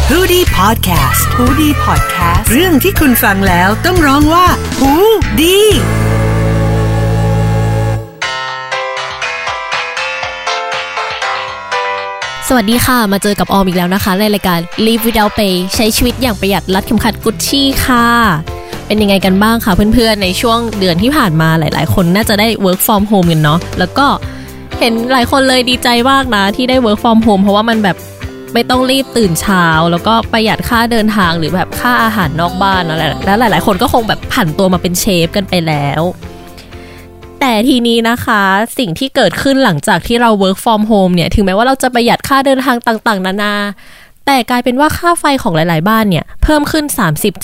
ฮูดี้พอดแคสต์ฮูดี้พอดแคสต์เรื่องที่คุณฟังแล้วต้องร้องว่าฮูดีสวัสดีค่ะมาเจอกับออมอีกแล้วนะคะในรายการ Live Without Pay ใช้ชีวิตอย่างประหยัดรัดเข็มขัดกุชชี่ค่ะเป็นยังไงกันบ้างคะเพื่อนๆในช่วงเดือนที่ผ่านมาหลายๆคนน่าจะได้ work from home กันเนาะแล้วก็เห็นหลายคนเลยดีใจมากนะที่ได้ work from home เพราะว่ามันแบบไม่ต้องรีบตื่นเช้าแล้วก็ประหยัดค่าเดินทางหรือแบบค่าอาหารนอกบ้านอะไรแล้วหลายๆคนก็คงแบบผันตัวมาเป็นเชฟกันไปแล้วแต่ทีนี้นะคะสิ่งที่เกิดขึ้นหลังจากที่เรา work from home เนี่ยถึงแม้ว่าเราจะประหยัดค่าเดินทางต่างๆนานาแต่กลายเป็นว่าค่าไฟของหลายๆบ้านเนี่ยเพิ่มขึ้น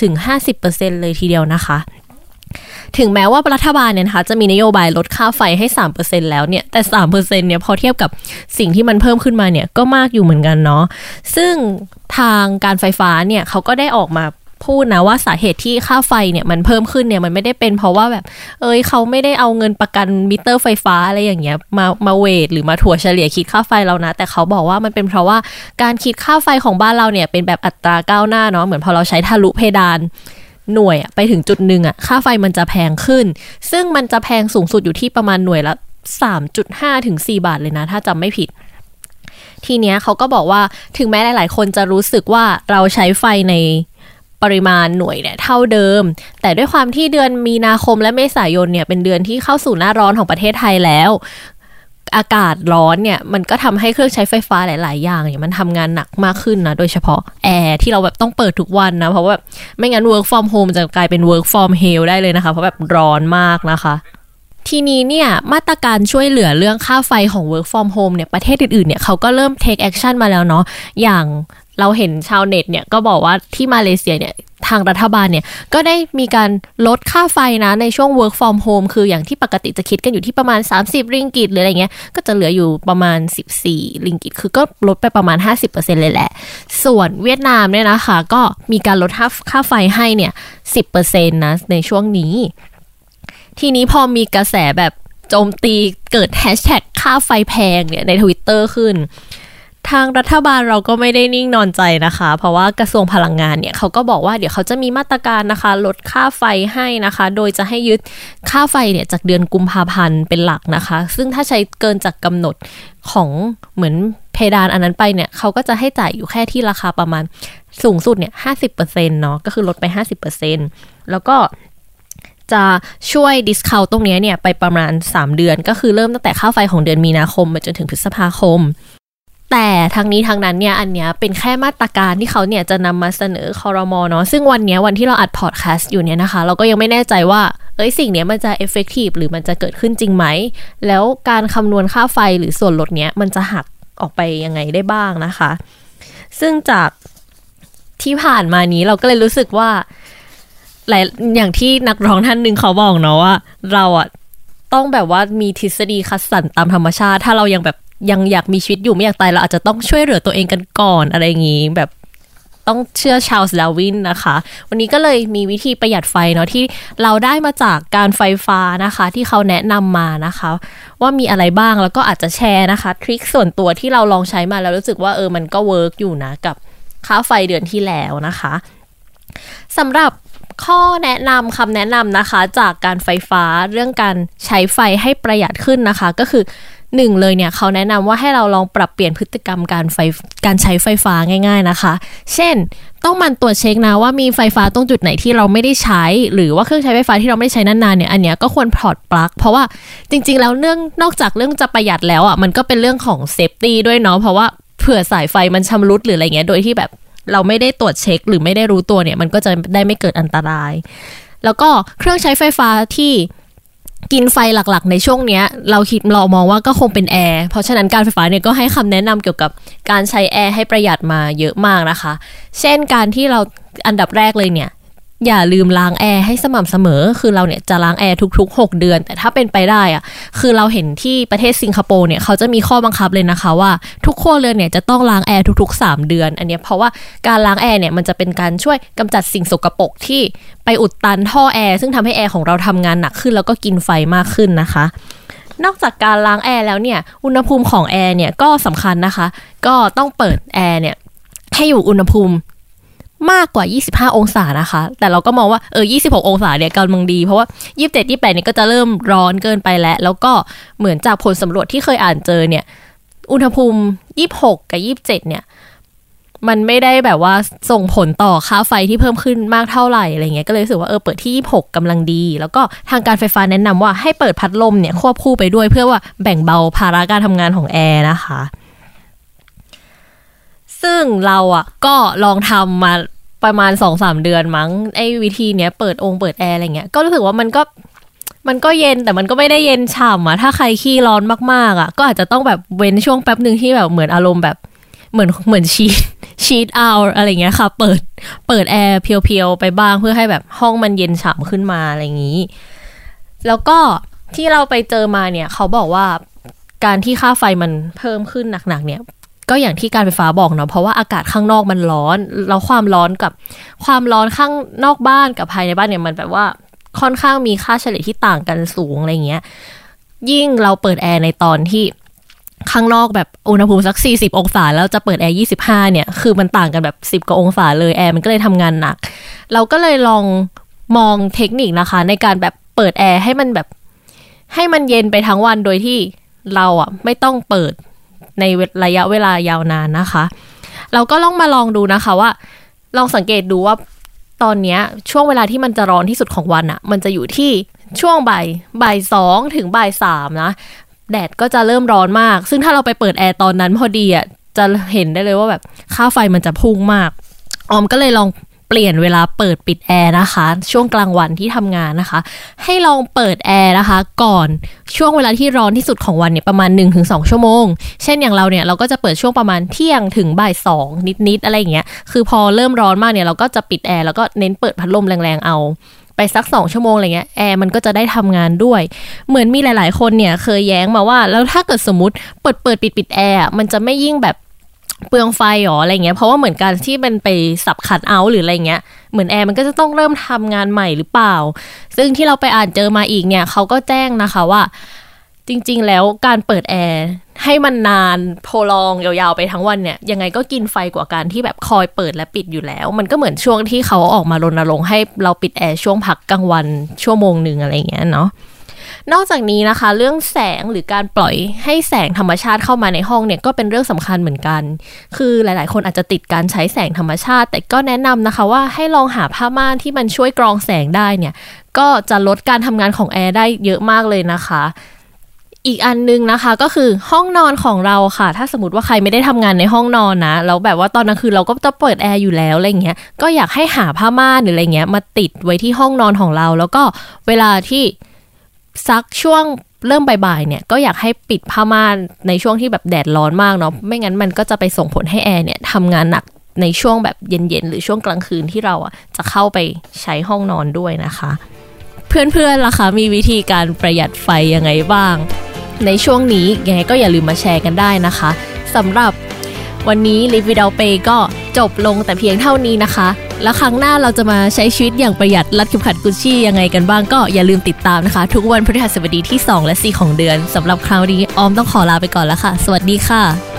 30-50% เลยทีเดียวนะคะถึงแม้ว่ารัฐบาลเนี่ยนะคะจะมีนโยบายลดค่าไฟให้ 3% แล้วเนี่ยแต่ 3% เนี่ยพอเทียบกับสิ่งที่มันเพิ่มขึ้นมาเนี่ยก็มากอยู่เหมือนกันเนาะซึ่งทางการไฟฟ้าเนี่ยเขาก็ได้ออกมาพูดนะว่าสาเหตุที่ค่าไฟเนี่ยมันเพิ่มขึ้นเนี่ยมันไม่ได้เป็นเพราะว่าแบบเขาไม่ได้เอาเงินประกันมิเตอร์ไฟฟ้าอะไรอย่างเงี้ยมาเวทหรือมาถั่วเฉลี่ยคิดค่าไฟเรานะแต่เขาบอกว่ามันเป็นเพราะว่าการคิดค่าไฟของบ้านเราเนี่ยเป็นแบบอัตราก้าวหน้าเนาะเหมือนพอเราใช้ทะลุเพดานหน่วยไปถึงจุดนึงค่าไฟมันจะแพงขึ้นซึ่งมันจะแพงสูงสุดอยู่ที่ประมาณหน่วยละ 3.5 ถึง 4 บาทเลยนะถ้าจำไม่ผิดทีเนี้ยเขาก็บอกว่าถึงแม้หลายๆคนจะรู้สึกว่าเราใช้ไฟในปริมาณหน่วยเนี่ยเท่าเดิมแต่ด้วยความที่เดือนมีนาคมและเมษายนเนี่ยเป็นเดือนที่เข้าสู่หน้าร้อนของประเทศไทยแล้วอากาศร้อนเนี่ยมันก็ทำให้เครื่องใช้ไฟฟ้าหลายๆอย่างเนี่ยมันทำงานหนักมากขึ้นนะโดยเฉพาะแอร์ที่เราแบบต้องเปิดทุกวันนะเพราะว่าแบบไม่งั้น work from home จะกลายเป็น work from hell ได้เลยนะคะเพราะแบบร้อนมากนะคะทีนี้เนี่ยมาตรการช่วยเหลือเรื่องค่าไฟของ work from home เนี่ยประเทศอื่นๆเนี่ยเขาก็เริ่ม take action มาแล้วเนาะอย่างเราเห็นชาวเน็ตเนี่ยก็บอกว่าที่มาเลเซียเนี่ยทางรัฐบาลเนี่ยก็ได้มีการลดค่าไฟนะในช่วง work from home คืออย่างที่ปกติจะคิดกันอยู่ที่ประมาณ30ริงกิตหรืออะไรเงี้ยก็จะเหลืออยู่ประมาณ14ริงกิตคือก็ลดไปประมาณ 50% เลยแหละส่วนเวียดนามเนี่ยนะคะก็มีการลดค่าไฟให้เนี่ย 10% นะในช่วงนี้ทีนี้พอมีกระแสแบบโจมตีเกิดแฮชแท็กค่าไฟแพงเนี่ยใน Twitter ขึ้นทางรัฐบาลเราก็ไม่ได้นิ่งนอนใจนะคะเพราะว่ากระทรวงพลังงานเนี่ยเขาก็บอกว่าเดี๋ยวเขาจะมีมาตรการนะคะลดค่าไฟให้นะคะโดยจะให้ยึดค่าไฟเนี่ยจากเดือนกุมภาพันธ์เป็นหลักนะคะซึ่งถ้าใช้เกินจากกำหนดของเหมือนเพดานอันนั้นไปเนี่ยเขาก็จะให้จ่ายอยู่แค่ที่ราคาประมาณสูงสุดเนี่ย 50% เนาะก็คือลดไป 50% แล้วก็จะช่วยดิสเคาท์ตรงนี้เนี่ยไปประมาณ3เดือนก็คือเริ่มตั้งแต่ค่าไฟของเดือนมีนาคมมาจนถึงพฤษภาคมแต่ทั้งนี้ทั้งนั้นเนี่ยอันเนี้ยเป็นแค่มาตรการที่เขาเนี่ยจะนำมาเสนอครม.เนาะซึ่งวันที่เราอัดพอดแคสต์อยู่เนี่ยนะคะเราก็ยังไม่แน่ใจว่าสิ่งเนี้ยมันจะเอฟเฟกตีฟหรือมันจะเกิดขึ้นจริงไหมแล้วการคำนวณค่าไฟหรือส่วนลดเนี้ยมันจะหักออกไปยังไงได้บ้างนะคะซึ่งจากที่ผ่านมานี้เราก็เลยรู้สึกว่าอย่างที่นักร้องท่านนึงเขาบอกเนาะว่าเราต้องแบบว่ามีทฤษฎีคัดสรรตามธรรมชาติถ้าเรายังอยากมีชีวิตอยู่ไม่อยากตายเราอาจจะต้องช่วยเหลือตัวเองกันก่อนอะไรอย่างงี้แบบต้องเชื่อชาร์ลส์ ดาร์วินนะคะวันนี้ก็เลยมีวิธีประหยัดไฟเนาะที่เราได้มาจากการไฟฟ้านะคะที่เขาแนะนำมานะคะว่ามีอะไรบ้างแล้วก็อาจจะแชร์นะคะทริคส่วนตัวที่เราลองใช้มาแล้วรู้สึกว่ามันก็เวิร์กอยู่นะกับค่าไฟเดือนที่แล้วนะคะสำหรับข้อแนะนำคำแนะนำนะคะจากการไฟฟ้าเรื่องการใช้ไฟให้ประหยัดขึ้นนะคะก็คือ1เลยเนี่ยเขาแนะนำว่าให้เราลองปรับเปลี่ยนพฤติกรรมการใช้ไฟฟ้าง่ายๆนะคะเช่นต้องมันตรวจเช็คนะว่ามีไฟฟ้าตรงจุดไหนที่เราไม่ได้ใช้หรือว่าเครื่องใช้ไฟฟ้าที่เราไม่ได้ใช้นานๆเนี่ยอันเนี้ยก็ควรถอดปลั๊กเพราะว่าจริงๆแล้วนอกจากเรื่องจะประหยัดแล้วมันก็เป็นเรื่องของเซฟตี้ด้วยเนาะเพราะว่าเผื่อสายไฟมันชำรุดหรืออะไรเงี้ยโดยที่แบบเราไม่ได้ตรวจเช็คหรือไม่ได้รู้ตัวเนี่ยมันก็จะได้ไม่เกิดอันตรายแล้วก็เครื่องใช้ไฟฟ้าที่กินไฟหลักๆในช่วงนี้เรามองว่าก็คงเป็นแอร์เพราะฉะนั้นการไฟฟ้าเนี่ยก็ให้คำแนะนำเกี่ยวกับการใช้แอร์ให้ประหยัดมาเยอะมากนะคะเช่นการที่เราอันดับแรกเลยเนี่ยอย่าลืมล้างแอร์ให้สม่ำเสมอคือเราเนี่ยจะล้างแอร์ทุกๆ6เดือนแต่ถ้าเป็นไปได้คือเราเห็นที่ประเทศสิงคโปร์เนี่ยเขาจะมีข้อบังคับเลยนะคะว่าทุกครัวเรือนเนี่ยจะต้องล้างแอร์ทุกๆ3เดือนอันนี้เพราะว่าการล้างแอร์เนี่ยมันจะเป็นการช่วยกำจัดสิ่งสกปรกที่ไปอุดตันท่อแอร์ซึ่งทำให้แอร์ของเราทำงานหนักขึ้นแล้วก็กินไฟมากขึ้นนะคะนอกจากการล้างแอร์แล้วเนี่ยอุณหภูมิของแอร์เนี่ยก็สำคัญนะคะก็ต้องเปิดแอร์เนี่ยให้อยู่อุณหภูมิมากกว่า25องศานะคะแต่เราก็มองว่า26องศาเนี่ยกำลังดีเพราะว่า27 28เนี่ยก็จะเริ่มร้อนเกินไปแล้วก็เหมือนจากผลสำรวจที่เคยอ่านเจอเนี่ยอุณหภูมิ26กับ27เนี่ยมันไม่ได้แบบว่าส่งผลต่อค่าไฟที่เพิ่มขึ้นมากเท่าไหร่อะไรเงี้ยก็เลยรู้สึกว่าเปิดที่26กำลังดีแล้วก็ทางการไฟฟ้าแนะนำว่าให้เปิดพัดลมเนี่ยควบคู่ไปด้วยเพื่อว่าแบ่งเบาภาระการทำงานของแอร์นะคะซึ่งเราก็ลองทำมาประมาณ 2-3 เดือนมั้งไอ้วิธีเนี้ยเปิดแอร์อะไรเงี้ยก็รู้สึกว่ามันก็เย็นแต่มันก็ไม่ได้เย็นฉ่ำถ้าใครขี้ร้อนมากๆก็อาจจะต้องแบบเว้นช่วงแป๊บนึงที่แบบเหมือนอารมณ์แบบเหมือนชีทเอาอะไรเงี้ยค่ะเปิดแอร์เพียวๆไปบ้างเพื่อให้แบบห้องมันเย็นฉ่ำขึ้นมาอะไรอย่างนี้แล้วก็ที่เราไปเจอมาเนี่ยเขาบอกว่าการที่ค่าไฟมันเพิ่มขึ้นหนักๆเนี่ยก็อย่างที่การไฟฟ้าบอกเนาะเพราะว่าอากาศข้างนอกมันร้อนแล้วความร้อนข้างนอกบ้านกับภายในบ้านเนี่ยมันแบบว่าค่อนข้างมีค่าเฉลี่ยที่ต่างกันสูงอะไรเงี้ยยิ่งเราเปิดแอร์ในตอนที่ข้างนอกแบบอุณหภูมิสัก40องศาแล้วจะเปิดแอร์25เนี่ยคือมันต่างกันแบบ10กว่าองศาเลยแอร์มันก็เลยทำงานหนักเราก็เลยลองมองเทคนิคนะคะในการแบบเปิดแอร์ให้มันเย็นไปทั้งวันโดยที่เราไม่ต้องเปิดในระยะเวลายาวนานนะคะเราก็ลองดูนะคะว่าลองสังเกตดูว่าตอนนี้ช่วงเวลาที่มันจะร้อนที่สุดของวันมันจะอยู่ที่ช่วงบ่าย2ถึงบ่าย3นะแดดก็จะเริ่มร้อนมากซึ่งถ้าเราไปเปิดแอร์ตอนนั้นพอดีจะเห็นได้เลยว่าแบบค่าไฟมันจะพุ่งมากออมก็เลยลองเปลี่ยนเวลาเปิดปิดแอร์นะคะช่วงกลางวันที่ทำงานนะคะให้ลองเปิดแอร์นะคะก่อนช่วงเวลาที่ร้อนที่สุดของวันเนี่ยประมาณ 1-2 ชั่วโมงเช่นอย่างเราเนี่ยเราก็จะเปิดช่วงประมาณเที่ยงถึงบ่าย2นิดๆอะไรอย่างเงี้ยคือพอเริ่มร้อนมากเนี่ยเราก็จะปิดแอร์แล้วก็เน้นเปิดพัดลมแรงๆเอาไปสัก2ชั่วโมงอะไรเงี้ยแอร์มันก็จะได้ทำงานด้วยเหมือนมีหลายๆคนเนี่ยเคยแย้งมาว่าแล้วถ้าเกิดสมมติเปิดปิดแอร์มันจะไม่ยิ่งแบบเปลืองไฟหรออะไรเงี้ยเพราะว่าเหมือนกันที่มันไปสับคัทเอาท์หรืออะไรเงี้ยเหมือนแอร์มันก็จะต้องเริ่มทำงานใหม่หรือเปล่าซึ่งที่เราไปอ่านเจอมาอีกเนี่ยเขาก็แจ้งนะคะว่าจริงๆแล้วการเปิดแอร์ให้มันนานโพลองยาวๆไปทั้งวันเนี่ยยังไงก็กินไฟกว่าการที่แบบคอยเปิดและปิดอยู่แล้วมันก็เหมือนช่วงที่เขาออกมารณรงค์ให้เราปิดแอร์ช่วงพักกลางวันชั่วโมงนึงอะไรเงี้ยเนาะนอกจากนี้นะคะเรื่องแสงหรือการปล่อยให้แสงธรรมชาติเข้ามาในห้องเนี่ยก็เป็นเรื่องสำคัญเหมือนกันคือหลายๆคนอาจจะติดการใช้แสงธรรมชาติแต่ก็แนะนำนะคะว่าให้ลองหาผ้าม่านที่มันช่วยกรองแสงได้เนี่ยก็จะลดการทำงานของแอร์ได้เยอะมากเลยนะคะอีกอันนึงนะคะก็คือห้องนอนของเราค่ะถ้าสมมติว่าใครไม่ได้ทำงานในห้องนอนนะแล้วแบบว่าตอนกลางคืนเราก็จะเปิดแอร์อยู่แล้วอะไรเงี้ยก็อยากให้หาผ้าม่านหรืออะไรเงี้ยมาติดไว้ที่ห้องนอนของเราแล้วก็เวลาที่ซักช่วงเริ่มบ่ายๆเนี่ยก็อยากให้ปิดผ้าม่านในช่วงที่แบบแดดร้อนมากเนาะไม่งั้นมันก็จะไปส่งผลให้แอร์เนี่ยทำงานหนักในช่วงแบบเย็นๆหรือช่วงกลางคืนที่เราจะเข้าไปใช้ห้องนอนด้วยนะคะเพื่อนๆล่ะคะมีวิธีการประหยัดไฟยังไงบ้างในช่วงนี้ยังไงก็อย่าลืมมาแชร์กันได้นะคะสำหรับวันนี้ Live Without Pay ก็จบลงแต่เพียงเท่านี้นะคะแล้วครั้งหน้าเราจะมาใช้ชีวิตอย่างประหยัดรัดเข็มขัดกุชชี่ยังไงกันบ้างก็อย่าลืมติดตามนะคะทุกวันพฤหัสบดีที่2และ4ของเดือนสำหรับคราวนี้ออมต้องขอลาไปก่อนแล้วค่ะสวัสดีค่ะ